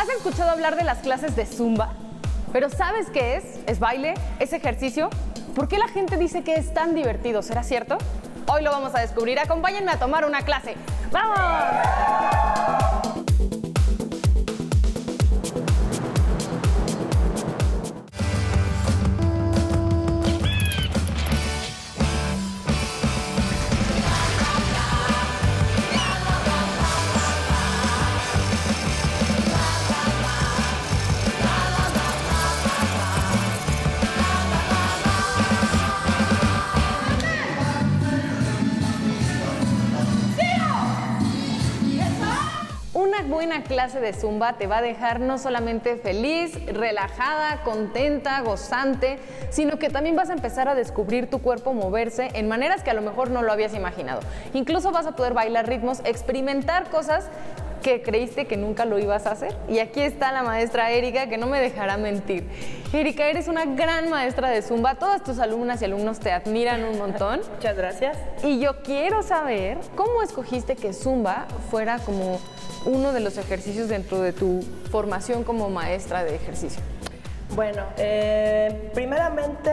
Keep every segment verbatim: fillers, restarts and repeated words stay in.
¿Has escuchado hablar de las clases de Zumba? ¿Pero sabes qué es? ¿Es baile? ¿Es ejercicio? ¿Por qué la gente dice que es tan divertido? ¿Será cierto? Hoy lo vamos a descubrir. Acompáñenme a tomar una clase. ¡Vamos! Una buena clase de Zumba te va a dejar no solamente feliz, relajada, contenta, gozante, sino que también vas a empezar a descubrir tu cuerpo moverse en maneras que a lo mejor no lo habías imaginado. Incluso vas a poder bailar ritmos, experimentar cosas que creíste que nunca lo ibas a hacer. Y aquí está la maestra Erika, que no me dejará mentir. Erika, eres una gran maestra de Zumba. Todas tus alumnas y alumnos te admiran un montón. Muchas gracias. Y yo quiero saber cómo escogiste que Zumba fuera como uno de los ejercicios dentro de tu formación como maestra de ejercicio. Bueno, eh, primeramente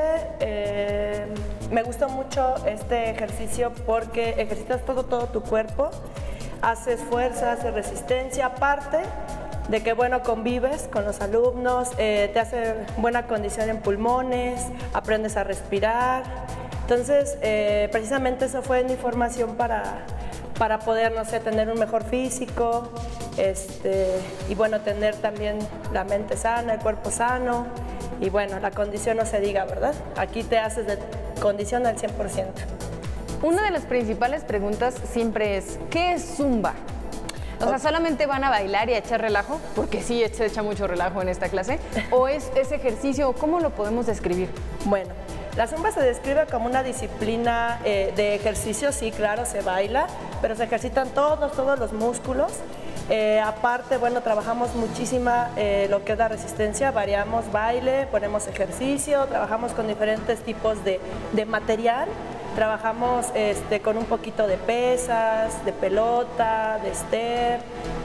eh, me gustó mucho este ejercicio porque ejercitas todo, todo tu cuerpo, haces fuerza, haces resistencia, aparte de que, bueno, convives con los alumnos, eh, te hace buena condición en pulmones, aprendes a respirar. Entonces, eh, precisamente eso fue mi formación para... para poder, no sé, tener un mejor físico, este, y bueno, tener también la mente sana, el cuerpo sano, y bueno, la condición no se diga, ¿verdad? Aquí te haces de condición al cien por ciento. Una de las principales preguntas siempre es, ¿qué es Zumba? O sea, ¿solamente van a bailar y a echar relajo? Porque sí, se echa mucho relajo en esta clase. ¿O es ese ejercicio? ¿Cómo lo podemos describir? Bueno, la Zumba se describe como una disciplina eh, de ejercicio, sí, claro, se baila, pero se ejercitan todos, todos los músculos. Eh, aparte, bueno, trabajamos muchísima eh, lo que es la resistencia, variamos baile, ponemos ejercicio, trabajamos con diferentes tipos de, de material. Trabajamos este, con un poquito de pesas, de pelota, de step,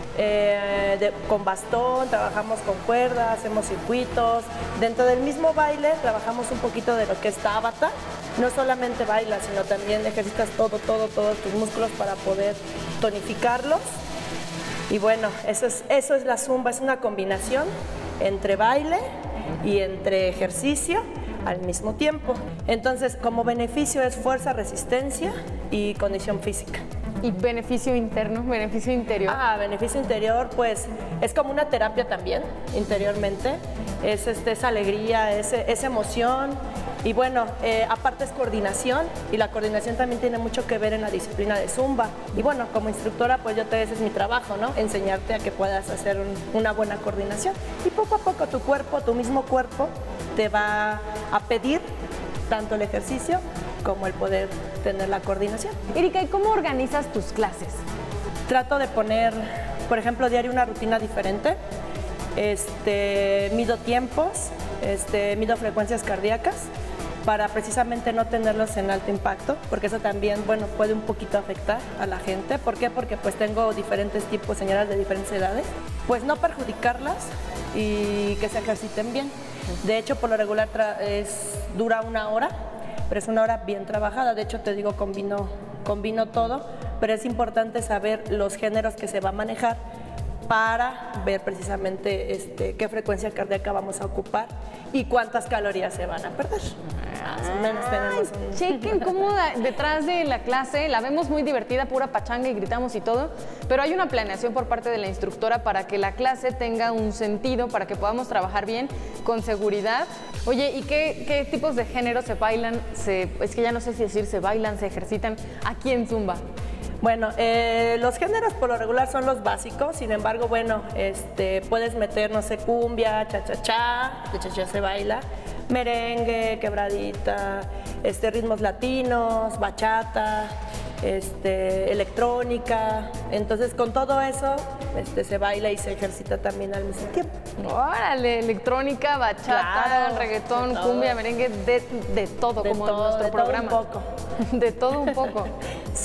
eh, de, con bastón, trabajamos con cuerdas, hacemos circuitos. Dentro del mismo baile trabajamos un poquito de lo que es Tabata. No solamente bailas, sino también ejercitas todo, todo, todos tus músculos para poder tonificarlos. Y bueno, eso es, eso es la Zumba, es una combinación entre baile y entre ejercicio al mismo tiempo. Entonces, como beneficio es fuerza, resistencia y condición física. ¿Y beneficio interno, beneficio interior? Ah, beneficio interior, pues es como una terapia también, interiormente. Es este, esa alegría, ese, esa emoción. Y bueno, eh, aparte es coordinación, y la coordinación también tiene mucho que ver en la disciplina de Zumba. Y bueno, como instructora, pues yo te ese es mi trabajo, ¿no? Enseñarte a que puedas hacer un, una buena coordinación. Y poco a poco tu cuerpo, tu mismo cuerpo, te va a pedir tanto el ejercicio como el poder tener la coordinación. Erika, ¿y cómo organizas tus clases? Trato de poner, por ejemplo, diario una rutina diferente. Este, mido tiempos, este, mido frecuencias cardíacas para precisamente no tenerlos en alto impacto, porque eso también, bueno, puede un poquito afectar a la gente. ¿Por qué? Porque pues tengo diferentes tipos, señoras de diferentes edades. Pues no perjudicarlas y que se ejerciten bien. De hecho, por lo regular es, dura una hora, pero es una hora bien trabajada. De hecho, te digo, combino, combino todo, pero es importante saber los géneros que se va a manejar para ver precisamente este, qué frecuencia cardíaca vamos a ocupar y cuántas calorías se van a perder. Más o menos tenemos un... Chequen cómo detrás de la clase la vemos muy divertida, pura pachanga y gritamos y todo, pero hay una planeación por parte de la instructora para que la clase tenga un sentido, para que podamos trabajar bien, con seguridad. Oye, ¿y qué, qué tipos de géneros se bailan? Se, es que ya no sé si decir se bailan, se ejercitan aquí en Zumba. Bueno, eh, los géneros por lo regular son los básicos, sin embargo, bueno, este, puedes meter, no sé, cumbia, cha-cha-cha, de cha-cha se baila, merengue, quebradita, este, ritmos latinos, bachata, este, electrónica. Entonces, con todo eso este, se baila y se ejercita también al mismo tiempo. Órale, electrónica, bachata, claro, reggaetón, cumbia, merengue, de, de todo, de como todo, en nuestro de programa. Todo un poco. De todo un poco. Sí.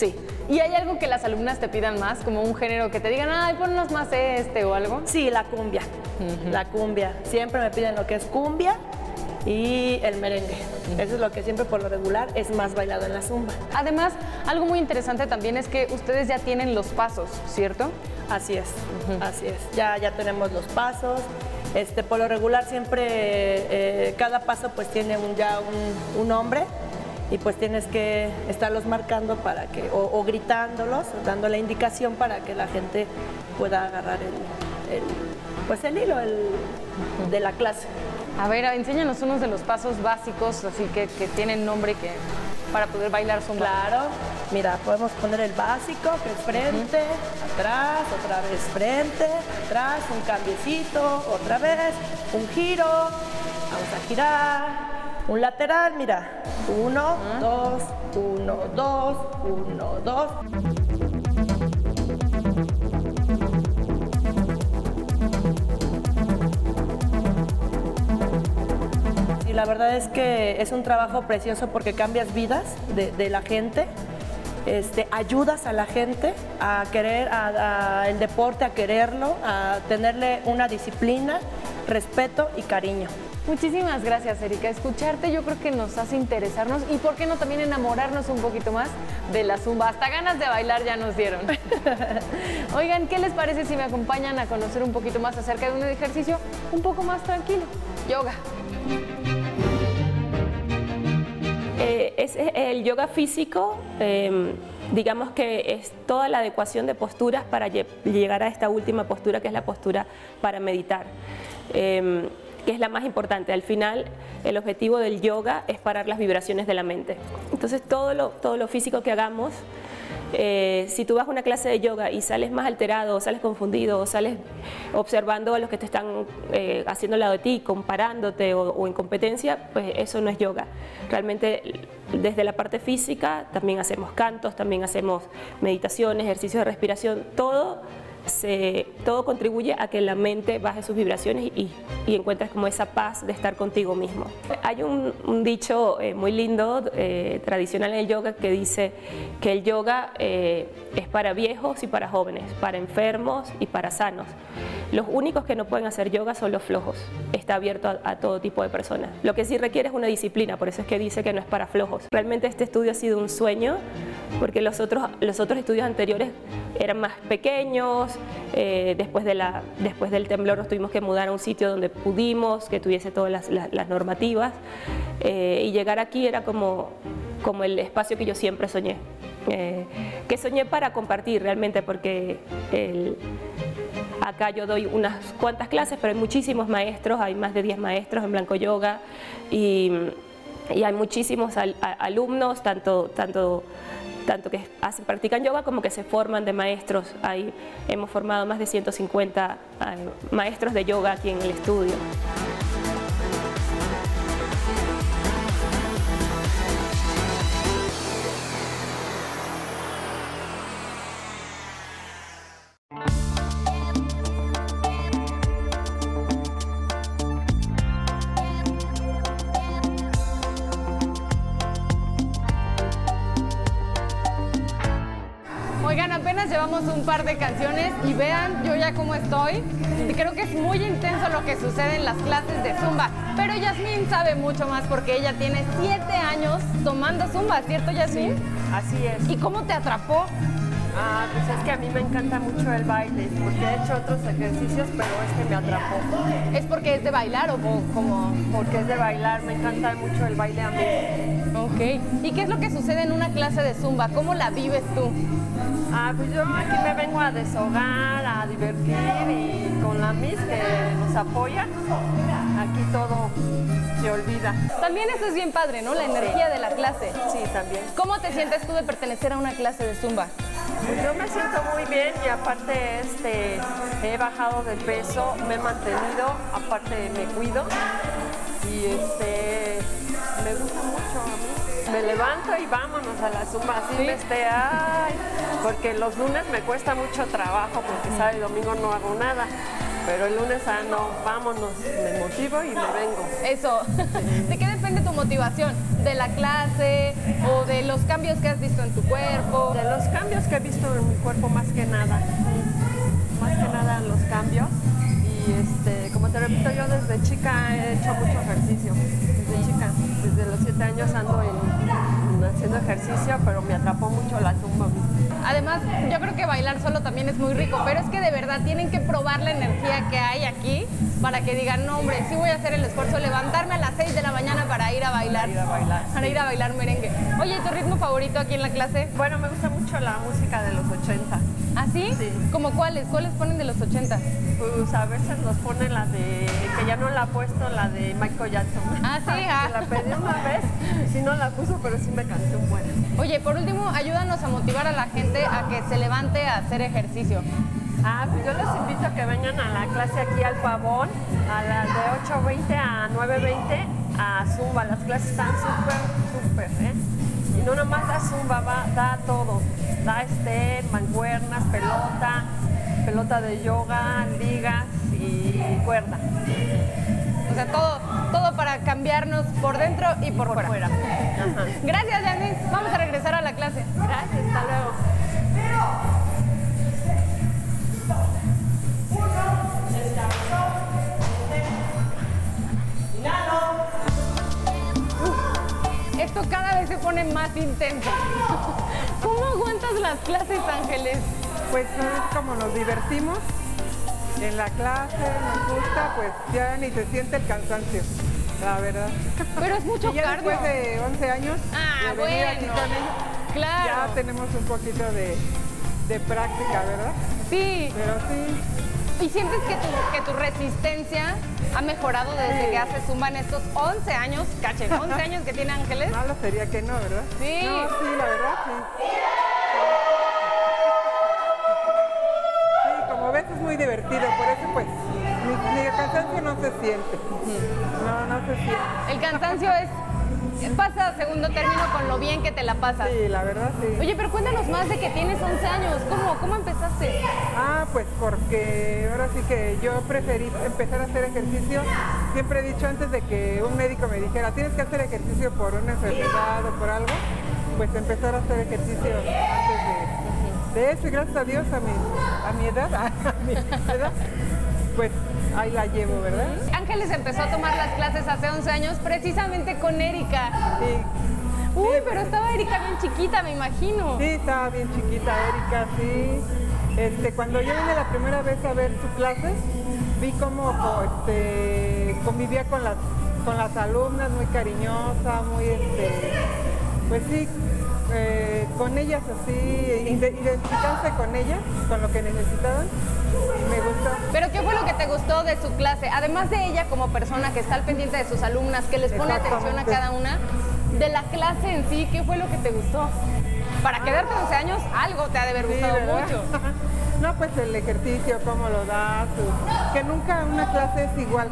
¿Y hay algo que las alumnas te pidan más, como un género que te digan, ay, ponnos más este o algo? Sí, la cumbia, uh-huh. la cumbia. Siempre me piden lo que es cumbia y el merengue. Uh-huh. Eso es lo que siempre por lo regular es más bailado en la zumba. Además, algo muy interesante también es que ustedes ya tienen los pasos, ¿cierto? Así es, uh-huh. así es. Ya, ya tenemos los pasos. Este, por lo regular siempre, eh, cada paso pues tiene un, ya un, un nombre. Y pues tienes que estarlos marcando para que, o, o gritándolos, o dando la indicación para que la gente pueda agarrar el, el, pues el hilo el, de la clase. A ver, enséñanos unos de los pasos básicos, así que, que tienen nombre que, para poder bailar zumba. Claro, mira, podemos poner el básico, que es frente, uh-huh. atrás, otra vez frente, atrás, un cambiecito, otra vez, un giro, vamos a girar. Un lateral, mira, uno, uh-huh. dos, uno, dos, uno, dos. Y la verdad es que es un trabajo precioso porque cambias vidas de, de la gente, este, ayudas a la gente a querer a, a el deporte, a quererlo, a tenerle una disciplina, respeto y cariño. Muchísimas gracias, Erika. Escucharte yo creo que nos hace interesarnos y por qué no también enamorarnos un poquito más de la zumba. Hasta ganas de bailar ya nos dieron. Oigan, ¿qué les parece si me acompañan a conocer un poquito más acerca de un ejercicio un poco más tranquilo? Yoga. Eh, es el yoga físico, eh, digamos que es toda la adecuación de posturas para llegar a esta última postura, que es la postura para meditar. Eh, que es la más importante. Al final, el objetivo del yoga es parar las vibraciones de la mente. Entonces, todo lo, todo lo físico que hagamos, eh, si tú vas a una clase de yoga y sales más alterado, o sales confundido, o sales observando a los que te están eh, haciendo al lado de ti, comparándote o, o en competencia, pues eso no es yoga. Realmente, desde la parte física, también hacemos cantos, también hacemos meditaciones, ejercicios de respiración, todo Se, todo contribuye a que la mente baje sus vibraciones y, y encuentres como esa paz de estar contigo mismo. Hay un, un dicho eh, muy lindo, eh, tradicional en el yoga, que dice que el yoga eh, es para viejos y para jóvenes, para enfermos y para sanos. Los únicos que no pueden hacer yoga son los flojos. Está abierto a, a todo tipo de personas. Lo que sí requiere es una disciplina, por eso es que dice que no es para flojos. Realmente este estudio ha sido un sueño, porque los otros, los otros estudios anteriores eran más pequeños. Eh, después, de la, después del temblor nos tuvimos que mudar a un sitio donde pudimos, que tuviese todas las, las, las normativas, eh, y llegar aquí era como, como el espacio que yo siempre soñé, eh, que soñé para compartir realmente, porque el, acá yo doy unas cuantas clases, pero hay muchísimos maestros, hay más de diez maestros en Blanco Yoga, y, y hay muchísimos al, a, alumnos, tanto, tanto tanto que hacen, practican yoga como que se forman de maestros. Ahí hemos formado más de ciento cincuenta eh, maestros de yoga aquí en el estudio. Oigan, apenas llevamos un par de canciones y vean yo ya cómo estoy. Creo que es muy intenso lo que sucede en las clases de zumba, pero Yasmín sabe mucho más porque ella tiene siete años tomando zumba, ¿cierto, Yasmín? Sí, así es. ¿Y cómo te atrapó? Ah, pues es que a mí me encanta mucho el baile, porque he hecho otros ejercicios, pero este me atrapó. ¿Es porque es de bailar o como...? Porque es de bailar, me encanta mucho el baile a mí. Ok. ¿Y qué es lo que sucede en una clase de zumba? ¿Cómo la vives tú? Ah, pues yo aquí me vengo a desahogar, a divertir, y con la Miss que nos apoya, aquí todo se olvida. También eso es bien padre, ¿no? La energía de la clase. Sí, también. ¿Cómo te sientes tú de pertenecer a una clase de zumba? Pues yo me siento muy bien y aparte este, he bajado de peso, me he mantenido, aparte me cuido y este, me gusta mucho a mí. Me levanto y vámonos a la zumba, así ¿sí? me esté, ay, porque los lunes me cuesta mucho trabajo porque sábado y domingo no hago nada. Pero el lunes, ah, no, vámonos, me motivo y me vengo. Eso. ¿De qué depende realmente tu motivación de la clase o de los cambios que has visto en tu cuerpo? De los cambios que he visto en mi cuerpo más que nada, más que nada los cambios. Y este, como te repito, yo desde chica he hecho mucho ejercicio, desde chica, desde los siete años ando en, en haciendo ejercicio, pero me atrapó mucho la zumba. Además, yo creo que bailar solo también es muy rico, pero es que de verdad tienen que probar la energía que hay aquí para que digan, no hombre, sí voy a hacer el esfuerzo, levantarme a las seis de la mañana para ir a bailar, Para ir a bailar, para ir a bailar merengue. Oye, ¿tu ritmo favorito aquí en la clase? Bueno, me gusta mucho la música de los ochenta. ¿Ah, sí? Sí. ¿Cómo cuáles? ¿Cuáles ponen de los ochenta? Pues a veces nos ponen la de, que ya no la ha puesto, la de Michael Jackson. Ah, sí, ah. La pedí una vez, y sí no la puso, pero sí me cansé un buen. Oye, por último, ayúdanos a motivar a la gente a que se levante a hacer ejercicio. Ah, pues yo les invito a que vengan a la clase aquí al Pavón, a las de ocho veinte a nueve veinte a Zumba. Las clases están súper, súper, ¿eh? Y no nomás da Zumba, va, da todo. Da este, mancuernas, pelota, pelota de yoga, ligas y cuerda. O sea, todo, todo para cambiarnos por dentro y por, Por fuera. fuera. Ajá. Gracias, Yanis. Vamos a regresar a la clase. Gracias, hasta luego. Esto cada vez se pone más intenso. ¿Cómo aguantas las clases, Ángeles? Pues es como nos divertimos en la clase, nos gusta, pues ya ni se siente el cansancio, la verdad. Pero es mucho Y ya cardio. después de once años Ah, de venir aquí bueno. con ellos, Claro. ya tenemos un poquito de, de práctica, ¿verdad? Sí. Pero sí, ¿Y sientes que tu, que tu resistencia ha mejorado desde Sí. que haces Zumba en estos once años, cachen, once años que tiene Ángeles? malo sería que no, ¿verdad? Sí. No, sí, la verdad, sí. Sí, como ves es muy divertido, por eso pues mi, mi cansancio no se siente. No, no se siente. El cansancio es, pasa a segundo término con lo bien que te la pasas. Sí, la verdad, sí. Oye, pero cuéntanos más de que tienes once años. ¿Cómo, cómo empezaste? Ah, pues porque ahora sí que yo preferí empezar a hacer ejercicio. Siempre he dicho antes de que un médico me dijera, tienes que hacer ejercicio por una enfermedad o por algo, pues empezar a hacer ejercicio antes de, de eso. Y gracias a Dios a mi, a mi edad, a mi edad, pues ahí la llevo, ¿verdad? Ángeles empezó a tomar las clases hace once años precisamente con Erika. Sí, Uy, pero estaba Erika bien chiquita, me imagino. sí, estaba bien chiquita Erika, sí. Este, cuando yo vine la primera vez a ver sus clases, vi cómo co- este, convivía con las, con las alumnas, muy cariñosa, muy, este, pues sí, eh, con ellas así, ide- identificarse con ellas, con lo que necesitaban, y me gustó. Pero ¿qué fue lo que te gustó de su clase? Además de ella como persona que está al pendiente de sus alumnas, que les pone atención a Exactamente. cada una, de la clase en sí, ¿qué fue lo que te gustó? Para quedarte once años, algo te ha de haber Sí, gustado ¿verdad? mucho. No, pues el ejercicio, cómo lo das, su- que nunca una clase es igual.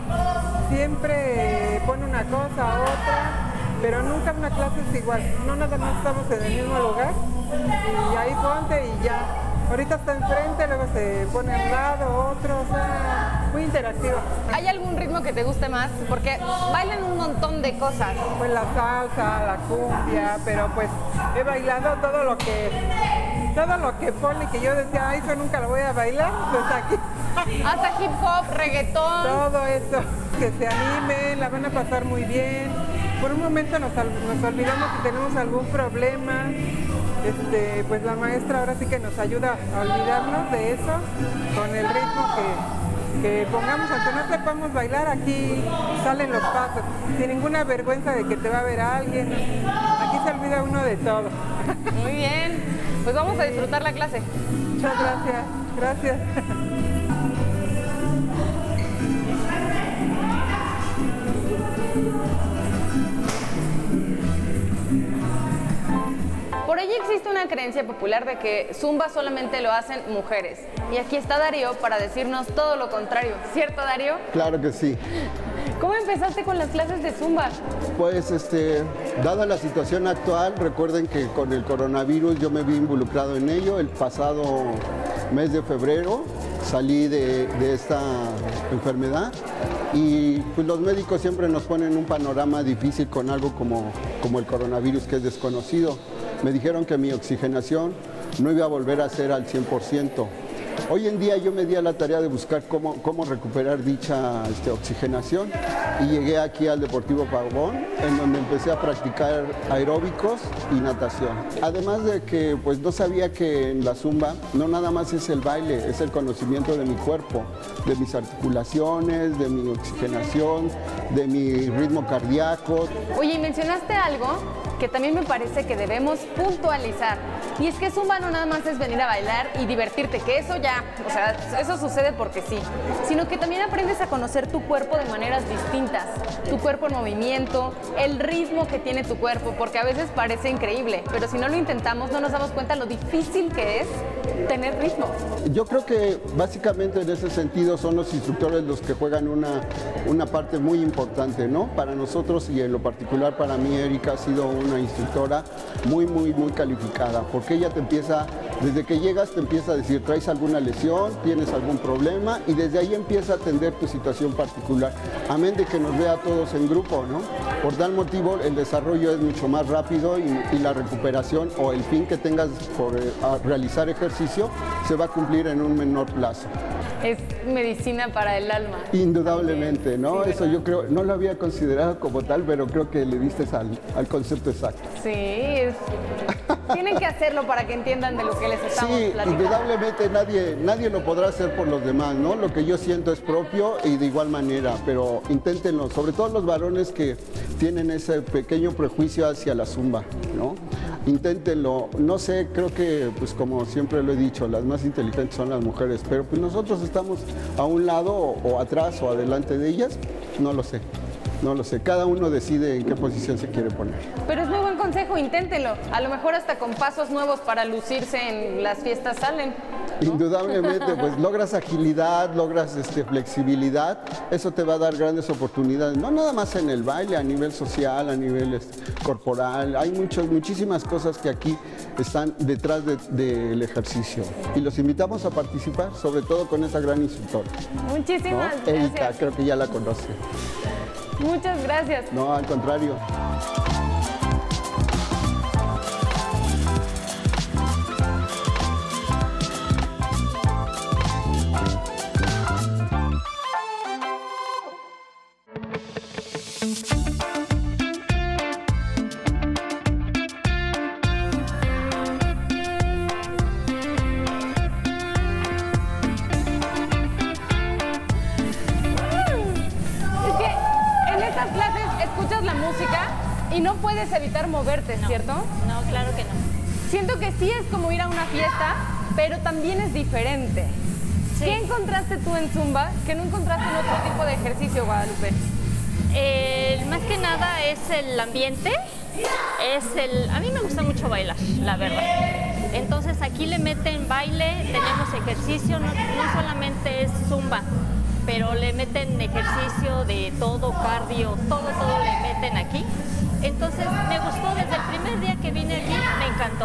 Siempre pone una cosa, otra, pero nunca una clase es igual. No nada más estamos en el mismo lugar y ahí ponte y ya. Ahorita está enfrente, luego se pone a un lado, otro, o sea, muy interactivo. ¿Hay algún ritmo que te guste más? Porque bailan un montón de cosas. Pues la salsa, la cumbia, pero pues he bailado todo lo que, todo lo que pone, que yo decía, ay, eso nunca lo voy a bailar, pues aquí. Hasta hip hop, reggaetón. Todo eso, que se animen, la van a pasar muy bien. Por un momento nos, al- nos olvidamos que tenemos algún problema. Este, pues la maestra ahora sí que nos ayuda a olvidarnos de eso con el ritmo que, que pongamos, aunque no sepamos bailar, aquí salen los pasos, sin ninguna vergüenza de que te va a ver alguien. Aquí se olvida uno de todo. Muy bien. Pues vamos a disfrutar la clase. Muchas gracias, gracias. Por ello existe una creencia popular de que Zumba solamente lo hacen mujeres. Y aquí está Darío para decirnos todo lo contrario. ¿Cierto, Darío? Claro que sí. ¿Cómo empezaste con las clases de Zumba? Pues, este, dada la situación actual, recuerden que con el coronavirus yo me vi involucrado en ello el pasado mes de febrero salí de, de esta enfermedad y pues los médicos siempre nos ponen un panorama difícil con algo como, como el coronavirus, que es desconocido. Me dijeron que mi oxigenación no iba a volver a ser al cien por ciento. Hoy en día yo me di a la tarea de buscar cómo, cómo recuperar dicha este, oxigenación y llegué aquí al Deportivo Pavón, en donde empecé a practicar aeróbicos y natación. Además de que pues no sabía que en la zumba no nada más es el baile, es el conocimiento de mi cuerpo, de mis articulaciones, de mi oxigenación, de mi ritmo cardíaco. Oye, y mencionaste algo que también me parece que debemos puntualizar. Y es que zumba no nada más es venir a bailar y divertirte, que eso ya, o sea, eso sucede porque sí, sino que también aprendes a conocer tu cuerpo de maneras distintas, tu cuerpo en movimiento, el ritmo que tiene tu cuerpo, porque a veces parece increíble, pero si no lo intentamos no nos damos cuenta lo difícil que es tener ritmo. Yo creo que básicamente en ese sentido son los instructores los que juegan una, una parte muy importante, ¿no? Para nosotros y en lo particular para mí, Erika ha sido una instructora muy, muy, muy calificada, porque ella te empieza, desde que llegas te empieza a decir, ¿traes alguna lesión? ¿Tienes algún problema? Y desde ahí empieza a atender tu situación particular, amén de que nos vea a todos en grupo, ¿no? Por tal motivo el desarrollo es mucho más rápido y, y la recuperación o el fin que tengas por eh, realizar ejercicio se va a cumplir en un menor plazo. Es medicina para el alma. Indudablemente, ¿no? Sí, eso yo creo, no lo había considerado como tal, pero creo que le diste al, al concepto exacto. Sí, es... tienen que hacerlo para que entiendan de lo que les estamos Sí, platicando. indudablemente nadie, nadie lo podrá hacer por los demás, ¿no? Lo que yo siento es propio y de igual manera, pero inténtenlo, sobre todo los varones que tienen ese pequeño prejuicio hacia la zumba, ¿no? Inténtenlo, no sé, creo que pues como siempre lo he dicho, las más inteligentes son las mujeres, pero pues nosotros estamos a un lado o, o atrás o adelante de ellas, no lo sé. No lo sé, cada uno decide en qué posición se quiere poner. Pero es muy buen consejo, inténtenlo. A lo mejor hasta con pasos nuevos para lucirse en las fiestas salen. ¿no? Indudablemente, pues logras agilidad, logras este, flexibilidad, eso te va a dar grandes oportunidades, no nada más en el baile, a nivel social, a nivel este, corporal, hay muchas, muchísimas cosas que aquí están detrás de, del ejercicio. Y los invitamos a participar, sobre todo con esa gran instructora. Muchísimas ¿no? gracias. Erika, creo que ya la conoce. Muchas gracias. No, al contrario. Y no puedes evitar moverte, no, ¿cierto? No, claro que no. Siento que sí es como ir a una fiesta, pero también es diferente. Sí. ¿Qué encontraste tú en Zumba que no encontraste en otro tipo de ejercicio, Guadalupe? Eh, más que nada es el ambiente. Es el, a mí me gusta mucho bailar, la verdad. Entonces aquí le meten baile, tenemos ejercicio, no, no solamente es Zumba, pero le meten ejercicio de todo, cardio, todo, todo le meten aquí. Entonces me gustó desde el primer día que vine aquí, me encantó.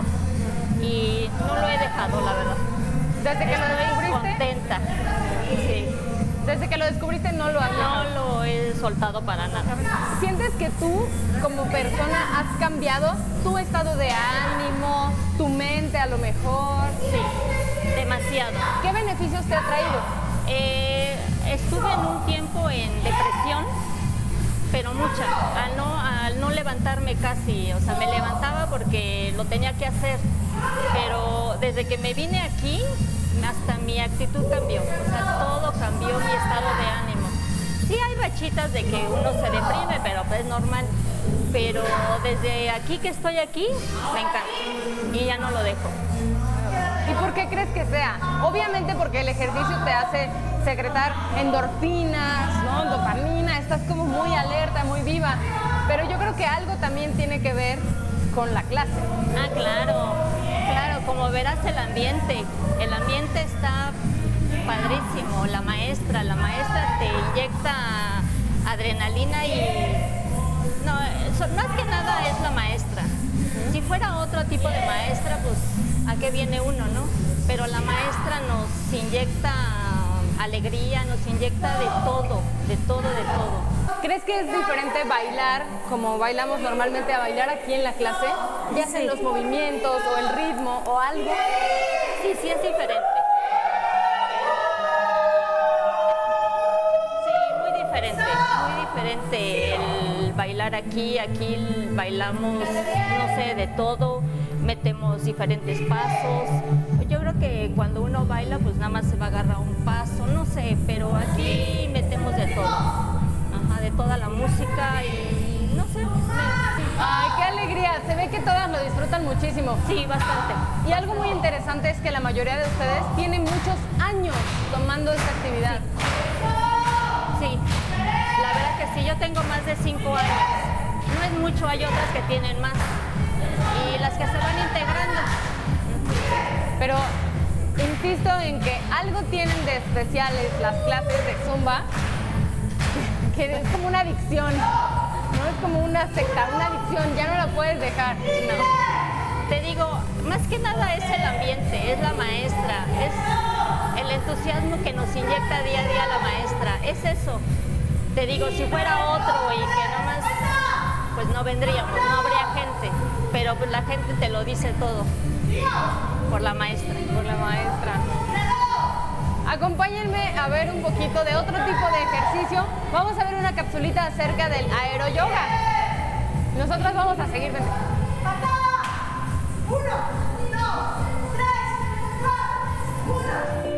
Y no lo he dejado, la verdad. ¿Desde que Estoy lo descubriste? contenta. Sí. Desde que lo descubriste no lo has dejado. No lo he soltado para nada. ¿Sientes que tú, como persona, has cambiado tu estado de ánimo, tu mente a lo mejor? Sí, demasiado. ¿Qué beneficios te ha traído? Eh, estuve en un tiempo en depresión, pero mucha, al no, al no levantarme casi, o sea, me levantaba porque lo tenía que hacer, pero desde que me vine aquí, hasta mi actitud cambió, o sea, todo cambió, mi estado de ánimo. Sí hay rachitas de que uno se deprime, pero pues es normal, pero desde aquí que estoy aquí, me encanta y ya no lo dejo. ¿Y por qué crees que sea? Obviamente porque el ejercicio te hace secretar endorfinas, ¿no? Dopamina, estás como muy alerta, muy viva. Pero yo creo que algo también tiene que ver con la clase. Ah, claro, claro, como verás el ambiente, el ambiente está padrísimo, la maestra, la maestra te inyecta adrenalina y no, eso, más que nada es la maestra. Si fuera otro tipo de maestra, pues ¿a qué viene uno, no? Pero la maestra nos inyecta alegría, nos inyecta de todo, de todo, de todo. ¿Crees que es diferente bailar como bailamos normalmente a bailar aquí en la clase? Ya sea en los movimientos o el ritmo o algo. Sí, sí es diferente. Sí, muy diferente, muy diferente el bailar aquí. Aquí bailamos, no sé, de todo, metemos diferentes pasos. Yo creo que cuando uno baila, pues nada más se va a agarrar un paso, no sé, pero aquí metemos de todo. Ajá, de toda la música y no sé. Sí. ¡Ay, qué alegría! Se ve que todas lo disfrutan muchísimo. Sí, bastante. Y algo muy interesante es que la mayoría de ustedes tienen muchos años tomando esta actividad. Sí, sí. La verdad que sí, yo tengo más de cinco años. No es mucho, hay otras que tienen más. Y las que se van integrando. Pero insisto en que algo tienen de especiales las clases de Zumba, que es como una adicción, no es como una secta, una adicción, ya no la puedes dejar. No. Te digo, más que nada es el ambiente, es la maestra, es el entusiasmo que nos inyecta día a día la maestra, es eso. Te digo, si fuera otro y que nomás, pues no vendríamos, no habría gente, pero pues la gente te lo dice todo, por la maestra. Por la maestra. Acompáñenme a ver un poquito de otro tipo de ejercicio. Vamos a ver una capsulita acerca del aeroyoga. Nosotros vamos a seguir. Uno, dos, tres, cuatro, uno.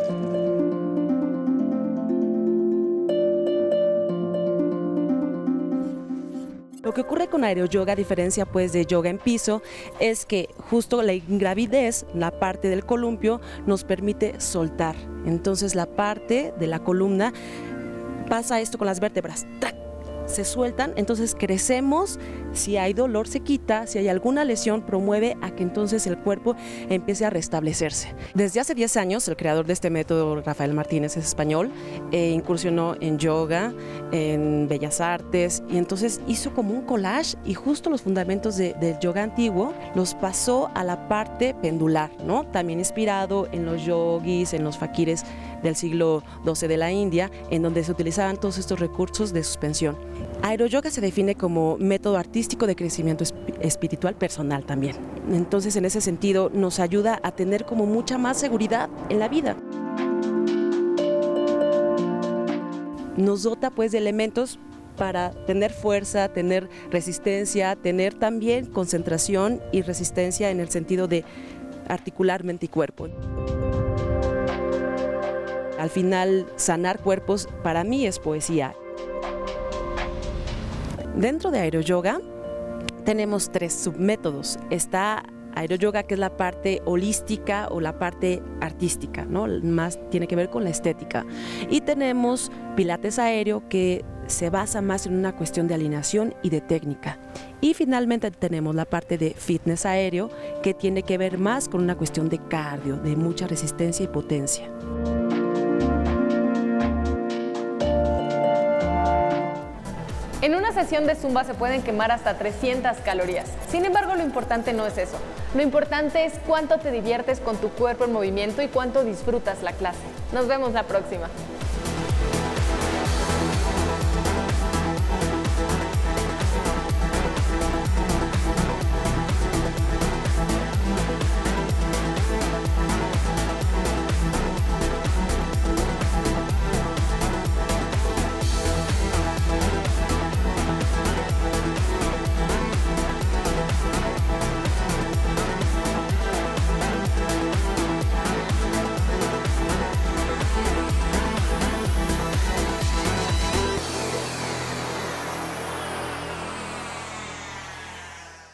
Lo que ocurre con aeroyoga, a diferencia pues de yoga en piso, es que justo la ingravidez, la parte del columpio, nos permite soltar. Entonces la parte de la columna pasa esto con las vértebras. ¡Tac! Se sueltan, entonces crecemos, si hay dolor se quita, si hay alguna lesión promueve a que entonces el cuerpo empiece a restablecerse. Desde hace diez años el creador de este método, Rafael Martínez, es español, eh, incursionó en yoga, en bellas artes y entonces hizo como un collage y justo los fundamentos de, del yoga antiguo los pasó a la parte pendular, ¿no? También inspirado en los yogis, en los fakires del siglo doce de la India, en donde se utilizaban todos estos recursos de suspensión. Aeroyoga se define como método artístico de crecimiento espiritual personal también. Entonces, en ese sentido, nos ayuda a tener como mucha más seguridad en la vida. Nos dota pues de elementos para tener fuerza, tener resistencia, tener también concentración y resistencia en el sentido de articular mente y cuerpo. Al final, sanar cuerpos para mí es poesía. Dentro de aeroyoga tenemos tres submétodos. Está aeroyoga, que es la parte holística o la parte artística, ¿no? Más tiene que ver con la estética. Y tenemos pilates aéreo, que se basa más en una cuestión de alineación y de técnica. Y finalmente tenemos la parte de fitness aéreo, que tiene que ver más con una cuestión de cardio, de mucha resistencia y potencia. En una sesión de Zumba se pueden quemar hasta trescientas calorías. Sin embargo, lo importante no es eso. Lo importante es cuánto te diviertes con tu cuerpo en movimiento y cuánto disfrutas la clase. Nos vemos la próxima.